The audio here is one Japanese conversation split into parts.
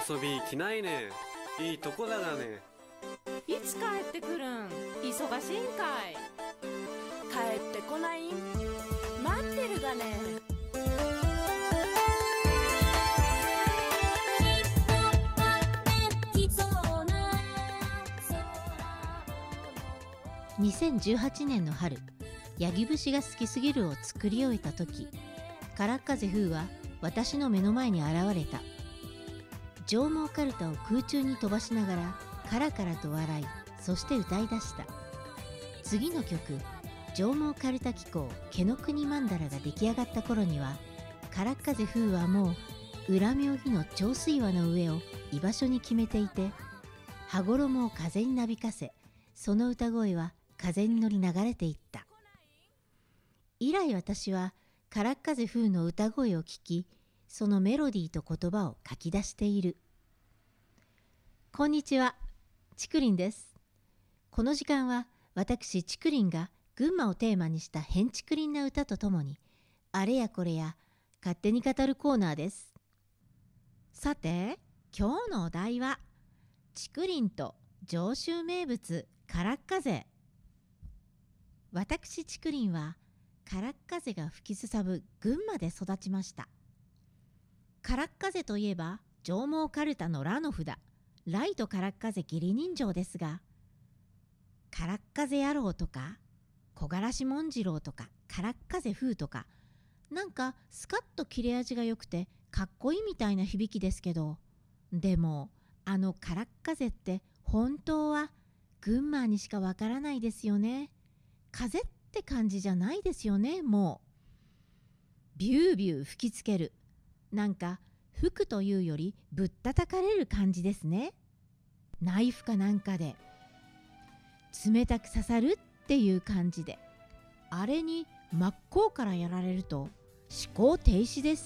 遊び来ないね。いいとこだがね。 いつ帰ってくるん？忙しいんかい？ 帰ってこないん？待ってるがね。 2018年の春、ヤギ節が好きすぎるを作り終えた時、からっ風風は私の目の前に現れた。上毛かるたを空中に飛ばしながらカラカラと笑い、そして歌い出した。次の曲、上毛かるた紀行毛の国曼荼羅が出来上がった頃には、からっ風風はもう裏妙義の長水輪の上を居場所に決めていて、羽衣を風になびかせ、その歌声は風に乗り流れていった。以来私はからっ風風の歌声を聞き、そのメロディーと言葉を書き出している。こんにちは、ちくりんです。この時間は私ちくりんが群馬をテーマにしたへんちくりんな歌とともに、あれやこれや勝手に語るコーナーです。さて、今日のお題はちくりんと上州名物からっ風。私ちくりんはからっ風が吹きすさぶ群馬で育ちました。からっ風といえば上毛かるたのラの札、ライトからっ風義理人情ですが、からっ風野郎とか木枯らし紋次郎とかからっ風風とか、なんかスカッと切れ味がよくてかっこいいみたいな響きですけど、でもあのからっ風って本当は群馬にしかわからないですよね。風って感じじゃないですよね。もうビュービュー吹きつける、なんか吹くというよりぶったたかれる感じですね。ナイフかなんかで冷たく刺さるっていう感じで、あれに真っ向からやられると思考停止です。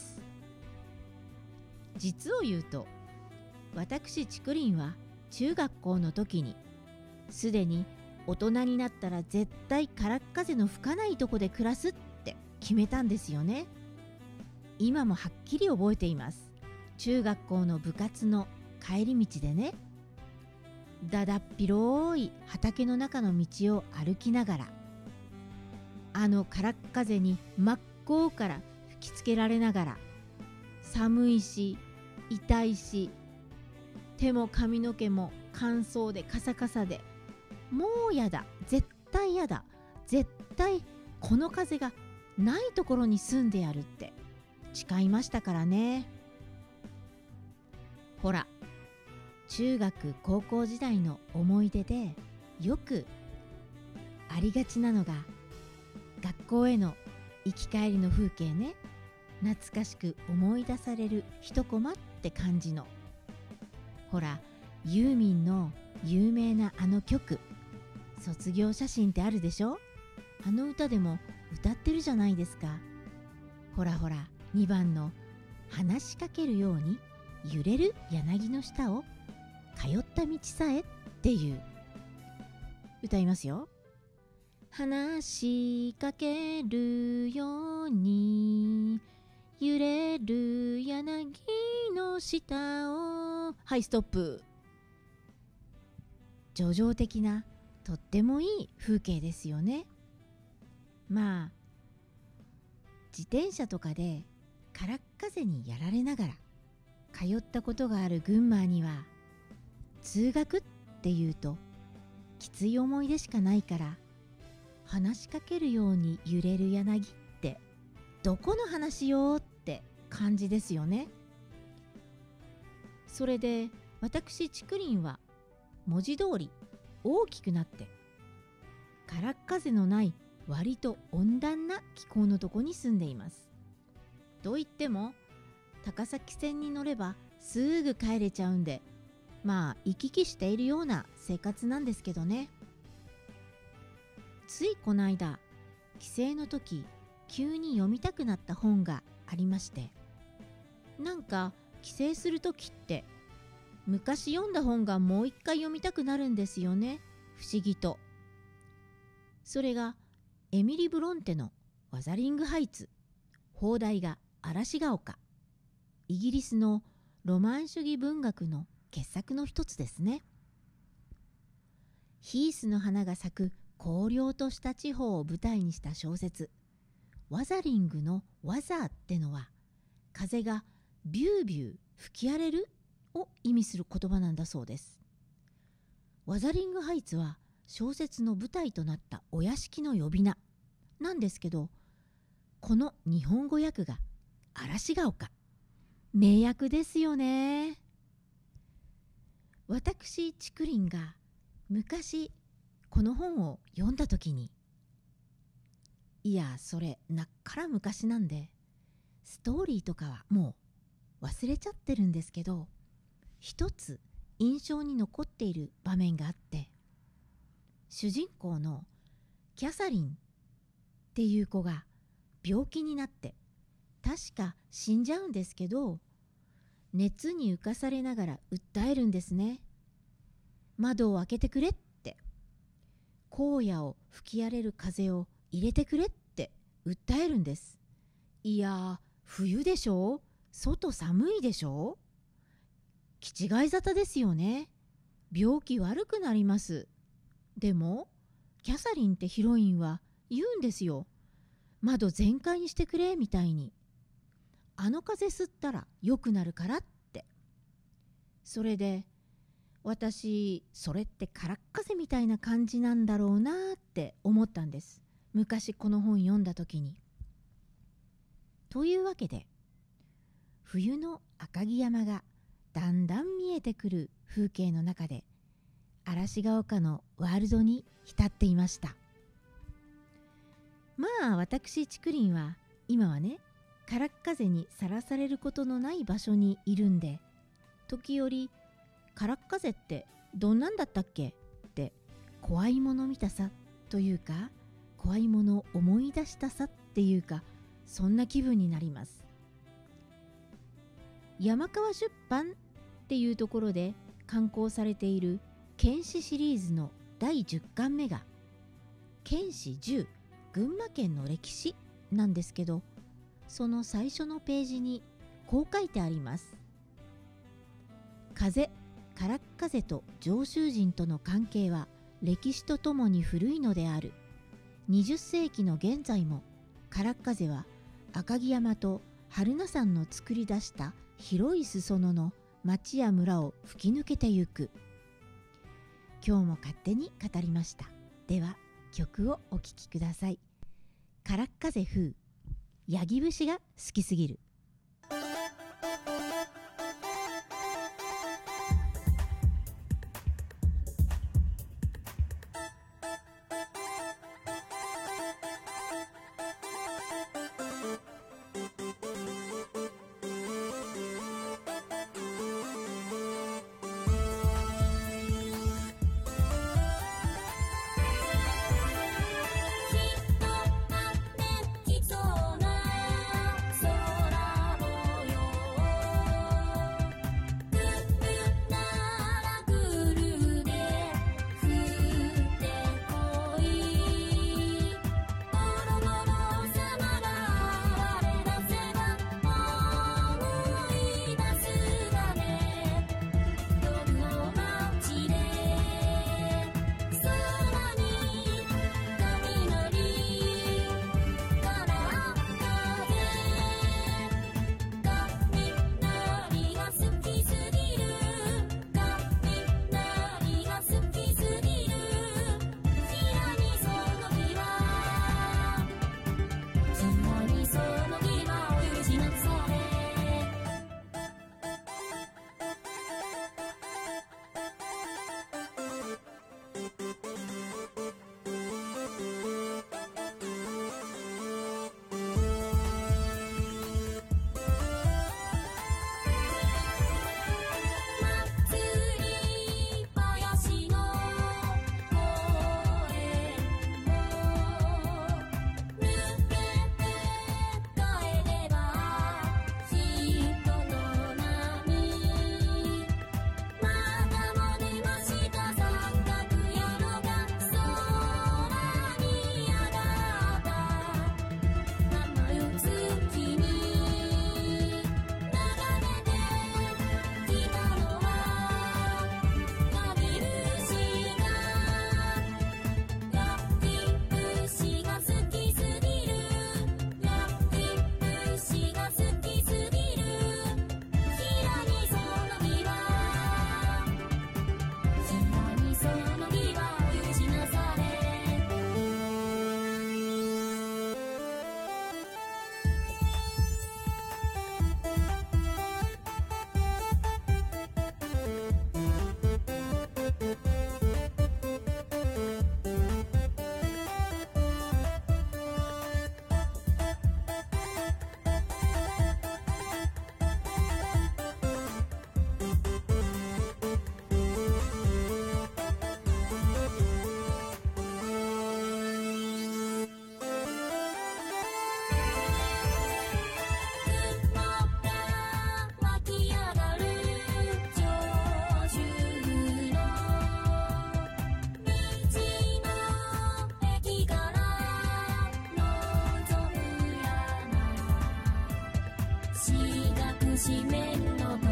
実を言うと、私ちくりんは中学校の時にすでに大人になったら絶対からっ風の吹かないとこで暮らすって決めたんですよね。今もはっきり覚えています。中学校の部活の帰り道でね、だだっ広い畑の中の道を歩きながら、あのからっ風に真っ向から吹きつけられながら、寒いし痛いし、手も髪の毛も乾燥でカサカサで、もうやだ、絶対やだ、絶対この風がないところに住んでやるって誓いましたからね。ほら、中学高校時代の思い出でよくありがちなのが、学校への行き帰りの風景ね。懐かしく思い出される一コマって感じの。ほら、ユーミンの有名なあの曲、卒業写真ってあるでしょ。あの歌でも歌ってるじゃないですか。ほらほら、2番の話しかけるように揺れる柳の下を通った道さえっていう歌いますよ。話しかけるように揺れる柳の下を、はい、ストップ。叙情的なとってもいい風景ですよね。まあ自転車とかでからっ風にやられながら通ったことがある群馬には、通学っていうときつい思い出しかないから、話しかけるように揺れる柳ってどこの話よって感じですよね。それで私ちくりんは文字通り大きくなって、からっ風のない割と温暖な気候のとこに住んでいます。と言っても高崎線に乗ればすぐ帰れちゃうんで、まあ行き来しているような生活なんですけどね。ついこの間、帰省の時急に読みたくなった本がありまして、なんか帰省する時って昔読んだ本がもう一回読みたくなるんですよね、不思議と。それがエミリ・ブロンテのワザリング・ハイツ、邦題が嵐が丘、イギリスのロマン主義文学の傑作の一つですね。ヒースの花が咲く荒涼とした地方を舞台にした小説、ワザリングのワザーってのは、風がビュービュー吹き荒れるを意味する言葉なんだそうです。ワザリングハイツは小説の舞台となったお屋敷の呼び名なんですけど、この日本語訳が嵐が丘、名訳ですよね。私ちくりんが昔この本を読んだ時に、いやそれなっから昔なんでストーリーとかはもう忘れちゃってるんですけど、一つ印象に残っている場面があって、主人公のキャサリンっていう子が病気になって確か死んじゃうんですけど、熱に浮かされながら訴えるんですね。窓を開けてくれって、荒野を吹き荒れる風を入れてくれって訴えるんです。いやー、冬でしょ、外寒いでしょ、気違い沙汰ですよね。病気悪くなります。でもキャサリンってヒロインは言うんですよ。窓全開にしてくれみたいに。あの風吸ったら良くなるからって。それで私、それってからっ風みたいな感じなんだろうなって思ったんです。昔この本読んだ時に。というわけで、冬の赤城山がだんだん見えてくる風景の中で、嵐が丘のワールドに浸っていました。まあ私ちくりんは今はね、からっ風にさらされることのない場所にいるんで、時折からっ風ってどんなんだったっけって怖いもの見たさというか、怖いものを思い出したさっていうか、そんな気分になります。山川出版っていうところで刊行されている剣士シリーズの第10巻目が剣士10群馬県の歴史なんですけど、その最初のページにこう書いてあります。風、からっ風と上州人との関係は歴史とともに古いのである。20世紀の現在もからっ風は赤城山と榛名山の作り出した広い裾野の町や村を吹き抜けてゆく。今日も勝手に語りました。では曲をお聴きください。からっ風風、ヤギ節が好きすぎる。 きっと晴れきそうな空四角四面の